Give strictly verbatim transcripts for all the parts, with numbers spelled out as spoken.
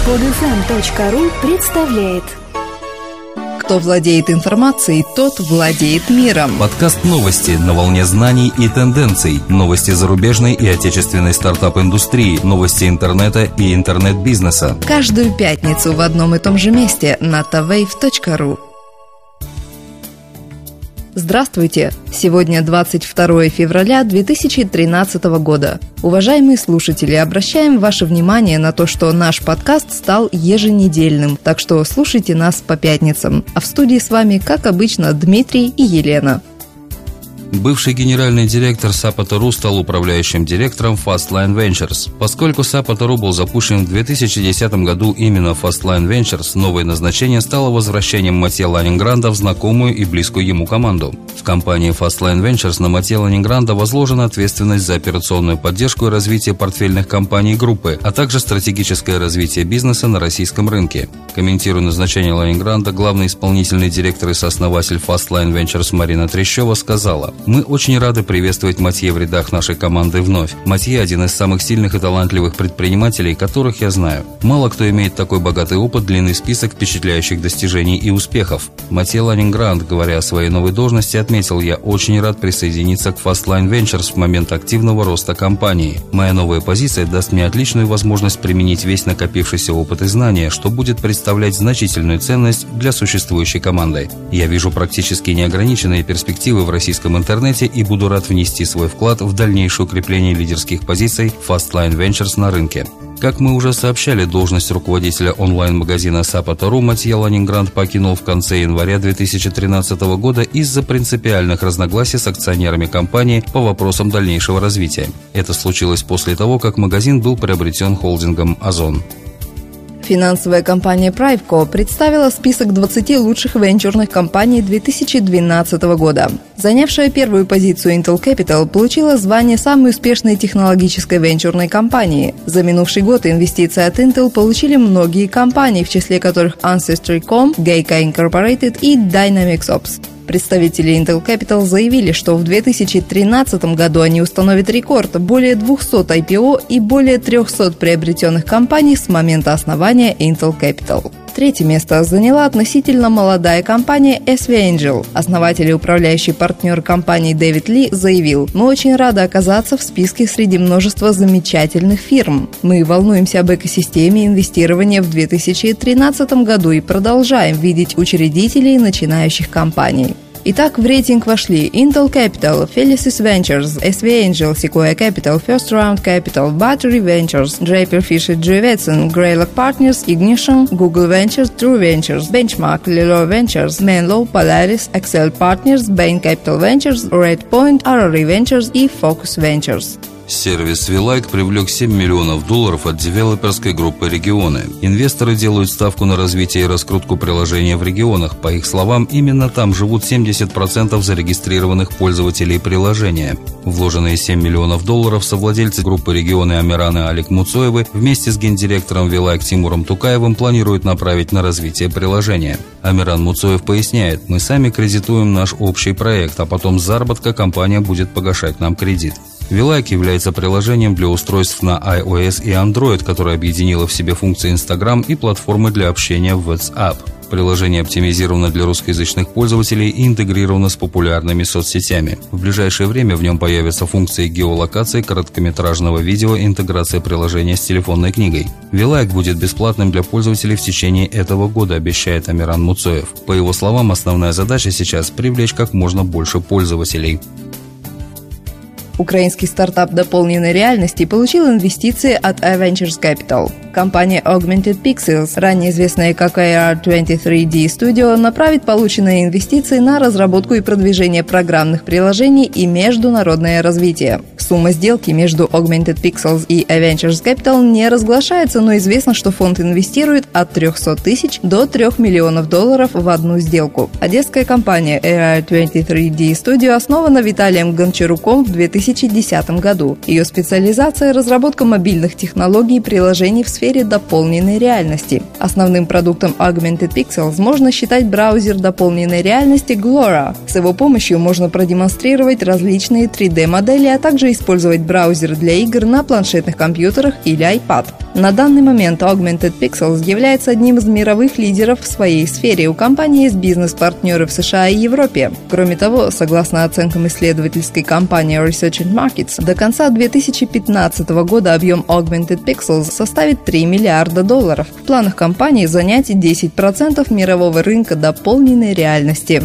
под эф эм точка ру представляет. Кто владеет информацией, тот владеет миром. Подкаст «Новости» на волне знаний и тенденций. Новости зарубежной и отечественной стартап-индустрии, новости интернета и интернет-бизнеса. Каждую пятницу в одном и том же месте на тавейв точка ру. Здравствуйте! Сегодня двадцать второе февраля две тысячи тринадцатого года. Уважаемые слушатели, обращаем ваше внимание на то, что наш подкаст стал еженедельным, так что слушайте нас по пятницам. А в студии с вами, как обычно, Дмитрий и Елена. Бывший генеральный директор Саппо.ру стал управляющим директором Fastline Ventures. Поскольку Саппо.ру был запущен в две тысячи десятом году именно Fastline Ventures, новое назначение стало возвращением Матье Ланингранда в знакомую и близкую ему команду. В компании Fastline Ventures на Матье Ланингранда возложена ответственность за операционную поддержку и развитие портфельных компаний группы, а также стратегическое развитие бизнеса на российском рынке. Комментируя назначение Ланингранда, главный исполнительный директор и сооснователь Fastline Ventures Марина Трещева сказала: «Мы очень рады приветствовать Матье в рядах нашей команды вновь. Матье – один из самых сильных и талантливых предпринимателей, которых я знаю. Мало кто имеет такой богатый опыт, длинный список впечатляющих достижений и успехов. Матье Ланингранд, говоря о своей новой должности, отметил: я очень рад присоединиться к Fastline Ventures в момент активного роста компании. Моя новая позиция даст мне отличную возможность применить весь накопившийся опыт и знания, что будет представлять значительную ценность для существующей команды. Я вижу практически неограниченные перспективы в российском интернете и буду рад внести свой вклад в дальнейшее укрепление лидерских позиций Fastline Ventures на рынке». Как мы уже сообщали, должность руководителя онлайн-магазина Саппо.ру Матье Ланингранд покинул в конце января две тысячи тринадцатого года из-за принципиальных разногласий с акционерами компании по вопросам дальнейшего развития. Это случилось после того, как магазин был приобретен холдингом Озон. Финансовая компания Priveco представила список двадцати лучших венчурных компаний две тысячи двенадцатого года. Занявшая первую позицию Intel Capital получила звание самой успешной технологической венчурной компании. За минувший год инвестиции от Intel получили многие компании, в числе которых Ancestry точка ком, Geico Incorporated и Dynamics Ops. Представители Intel Capital заявили, что в две тысячи тринадцатом году они установят рекорд – более двухсот ай пи о и более трехсот приобретенных компаний с момента основания Intel Capital. Третье место заняла относительно молодая компания эс ви Angel. Основатель и управляющий партнер компании Дэвид Ли заявил: «Мы очень рады оказаться в списке среди множества замечательных фирм. Мы волнуемся об экосистеме инвестирования в две тысячи тринадцатом году и продолжаем видеть учредителей начинающих компаний». Итак, в рейтинг вошли Intel Capital, Felicis Ventures, эс ви Angel, Sequoia Capital, First Round Capital, Battery Ventures, Draper Fisher Jurvetson, Greylock Partners, Ignition, Google Ventures, True Ventures, Benchmark, Lilo Ventures, Menlo, Polaris, Excel Partners, Bain Capital Ventures, Redpoint, Arrory Ventures и Focus Ventures. Сервис Вилайк привлек семь миллионов долларов от девелоперской группы «Регионы». Инвесторы делают ставку на развитие и раскрутку приложения в регионах. По их словам, именно там живут семьдесят процентов зарегистрированных пользователей приложения. Вложенные семь миллионов долларов совладельцы группы «Регионы» Амиран и Алик Муцоевы вместе с гендиректором Вилайк Тимуром Тукаевым планируют направить на развитие приложения. Амиран Муцоев поясняет: «Мы сами кредитуем наш общий проект, а потом с заработка компания будет погашать нам кредит». Вилайк является приложением для устройств на iOS и Android, которое объединило в себе функции Instagram и платформы для общения в WhatsApp. Приложение оптимизировано для русскоязычных пользователей и интегрировано с популярными соцсетями. В ближайшее время в нем появятся функции геолокации, короткометражного видео и интеграция приложения с телефонной книгой. Вилайк будет бесплатным для пользователей в течение этого года, обещает Амиран Муцоев. По его словам, основная задача сейчас – привлечь как можно больше пользователей. Украинский стартап дополненной реальности получил инвестиции от iVentures Capital. Компания Augmented Pixels, ранее известная как эй ар двадцать три ди Studio, направит полученные инвестиции на разработку и продвижение программных приложений и международное развитие. Сумма сделки между Augmented Pixels и iVentures Capital не разглашается, но известно, что фонд инвестирует от трехсот тысяч до трёх миллионов долларов в одну сделку. Одесская компания эй ар двадцать три ди Studio основана Виталием Гончаруком в две тысячи десятом году. Ее специализация – разработка мобильных технологий и приложений в сфере дополненной реальности. Основным продуктом Augmented Pixels можно считать браузер дополненной реальности Glora. С его помощью можно продемонстрировать различные три дэ-модели, а также использовать использовать браузер для игр на планшетных компьютерах или iPad. На данный момент Augmented Pixels является одним из мировых лидеров в своей сфере. У компании есть бизнес-партнеры в США и Европе. Кроме того, согласно оценкам исследовательской компании Research and Markets, до конца две тысячи пятнадцатого года объем Augmented Pixels составит три миллиарда долларов. В планах компании занять десять процентов мирового рынка дополненной реальности.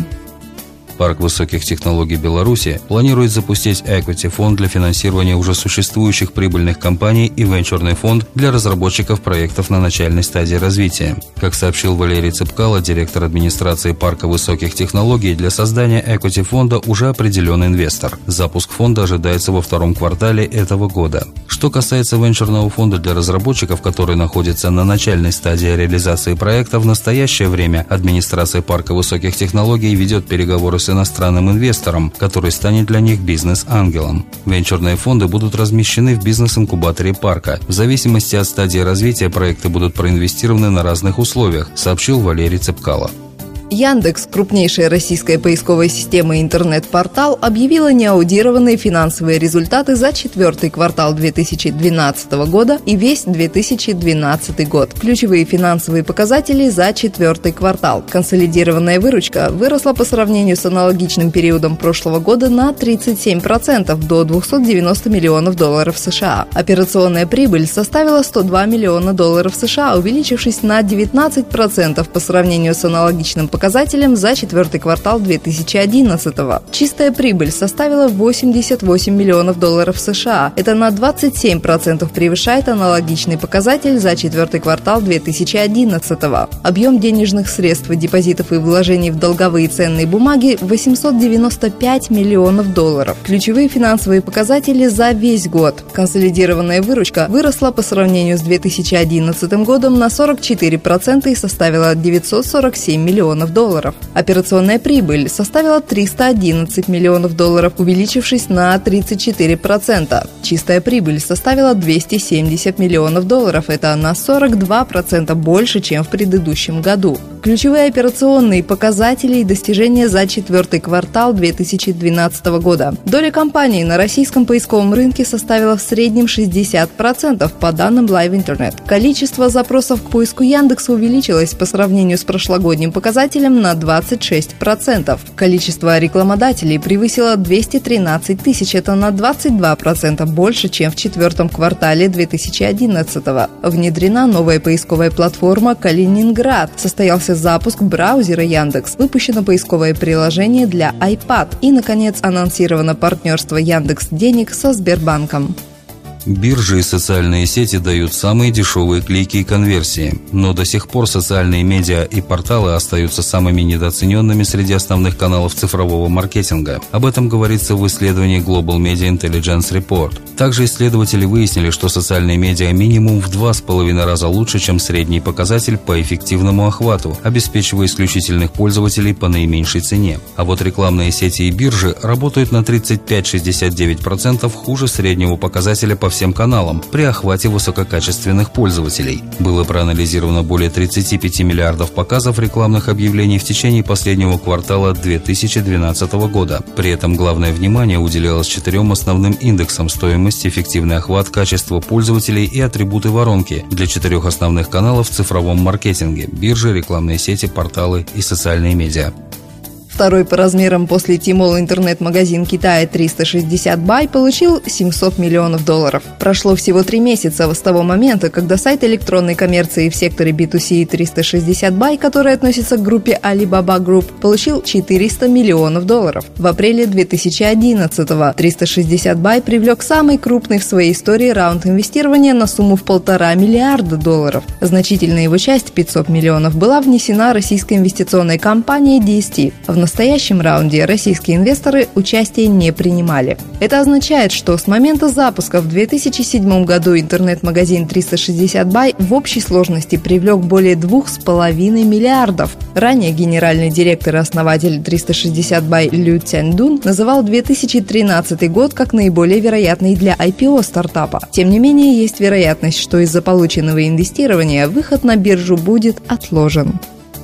Парк высоких технологий Беларуси планирует запустить equity-фонд для финансирования уже существующих прибыльных компаний и венчурный фонд для разработчиков проектов на начальной стадии развития. Как сообщил Валерий Цепкало, директор администрации Парка высоких технологий, для создания equity-фонда уже определен инвестор. Запуск фонда ожидается во втором квартале этого года. Что касается венчурного фонда для разработчиков, который находится на начальной стадии реализации проекта, в настоящее время администрация Парка высоких технологий ведет переговоры с иностранным инвестором, который станет для них бизнес-ангелом. Венчурные фонды будут размещены в бизнес-инкубаторе парка. В зависимости от стадии развития проекты будут проинвестированы на разных условиях, сообщил Валерий Цепкало. Яндекс, крупнейшая российская поисковая система и интернет-портал, объявила неаудированные финансовые результаты за четвертый квартал две тысячи двенадцатого года и весь две тысячи двенадцатый год. Ключевые финансовые показатели за четвертый квартал. Консолидированная выручка выросла по сравнению с аналогичным периодом прошлого года на тридцать семь процентов до двухсот девяноста миллионов долларов США. Операционная прибыль составила сто два миллиона долларов США, увеличившись на девятнадцать процентов по сравнению с аналогичным показателем за четвертый квартал две тысячи одиннадцатого. Чистая прибыль составила восемьдесят восемь миллионов долларов США. Это на двадцать семь процентов превышает аналогичный показатель за четвертый квартал две тысячи одиннадцатого. Объем денежных средств, депозитов и вложений в долговые ценные бумаги – восемьсот девяносто пять миллионов долларов. Ключевые финансовые показатели за весь год. Консолидированная выручка выросла по сравнению с две тысячи одиннадцатым годом на сорок четыре процента и составила девятьсот сорок семь миллионов долларов. Операционная прибыль составила триста одиннадцать миллионов долларов, увеличившись на тридцать четыре процента. Чистая прибыль составила двести семьдесят миллионов долларов, это на сорок два процента больше, чем в предыдущем году. Ключевые операционные показатели и достижения за четвертый квартал две тысячи двенадцатого года. Доля компаний на российском поисковом рынке составила в среднем шестьдесят процентов по данным Live Internet. Количество запросов к поиску Яндекса увеличилось по сравнению с прошлогодним показателем на двадцать шесть процентов. Количество рекламодателей превысило двести тринадцать тысяч, это на двадцать два процента больше, чем в четвертом квартале две тысячи одиннадцатого. Внедрена новая поисковая платформа «Калининград». Состоялся запуск браузера Яндекс, выпущено поисковое приложение для iPad и, наконец, анонсировано партнерство Яндекс.Денег со Сбербанком. Биржи и социальные сети дают самые дешевые клики и конверсии, но до сих пор социальные медиа и порталы остаются самыми недооцененными среди основных каналов цифрового маркетинга. Об этом говорится в исследовании Global Media Intelligence Report. Также исследователи выяснили, что социальные медиа минимум в два с половиной раза лучше, чем средний показатель по эффективному охвату, обеспечивая исключительных пользователей по наименьшей цене. А вот рекламные сети и биржи работают на тридцать пять - шестьдесят девять процентов хуже среднего показателя по всем каналам при охвате высококачественных пользователей. Было проанализировано более тридцати пяти миллиардов показов рекламных объявлений в течение последнего квартала две тысячи двенадцатого года. При этом главное внимание уделялось четырем основным индексам: стоимость, эффективный охват, качество пользователей и атрибуты воронки для четырех основных каналов в цифровом маркетинге: биржи, рекламные сети, порталы и социальные медиа. Второй по размерам после Тимол интернет-магазин Китая триста шестьдесят бай получил семьсот миллионов долларов. Прошло всего три месяца с того момента, когда сайт электронной коммерции в секторе би ту си триста шестьдесят бай, который относится к группе Alibaba Group, получил четыреста миллионов долларов. В апреле две тысячи одиннадцатого триста шестьдесят бай привлек самый крупный в своей истории раунд инвестирования на сумму в полтора миллиарда долларов. Значительная его часть, пятьсот миллионов, была внесена российской инвестиционной компанией ди эс ти. В настоящем раунде российские инвесторы участие не принимали. Это означает, что с момента запуска в две тысячи седьмом году интернет-магазин триста шестьдесят бай в общей сложности привлек более двух с половиной миллиардов. Ранее генеральный директор и основатель триста шестьдесят бай Лю Цяньдун называл две тысячи тринадцатый год как наиболее вероятный для ай пи о стартапа. Тем не менее, есть вероятность, что из-за полученного инвестирования выход на биржу будет отложен.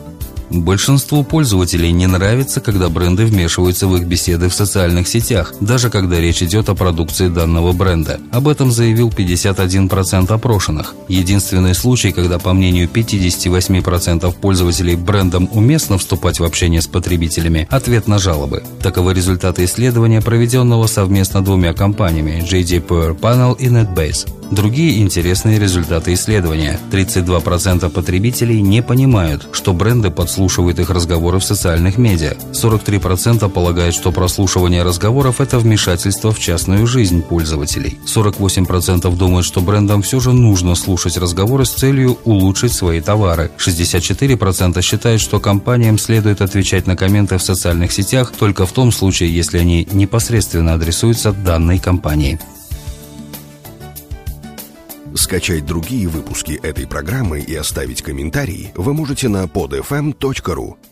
Большинству пользователей не нравится, когда бренды вмешиваются в их беседы в социальных сетях, даже когда речь идет о продукции данного бренда. Об этом заявил пятьдесят один процент опрошенных. Единственный случай, когда, по мнению пятьдесят восемь процентов пользователей, брендам уместно вступать в общение с потребителями – ответ на жалобы. Таковы результаты исследования, проведенного совместно двумя компаниями – джей ди Power Panel и NetBase. Другие интересные результаты исследования. тридцать два процента потребителей не понимают, что бренды подслушивают их разговоры в социальных медиа. сорок три процента полагают, что прослушивание разговоров – это вмешательство в частную жизнь пользователей. сорок восемь процентов думают, что брендам все же нужно слушать разговоры с целью улучшить свои товары. шестьдесят четыре процента считают, что компаниям следует отвечать на комменты в социальных сетях только в том случае, если они непосредственно адресуются данной компании. Скачать другие выпуски этой программы и оставить комментарии вы можете на под эф эм точка ру.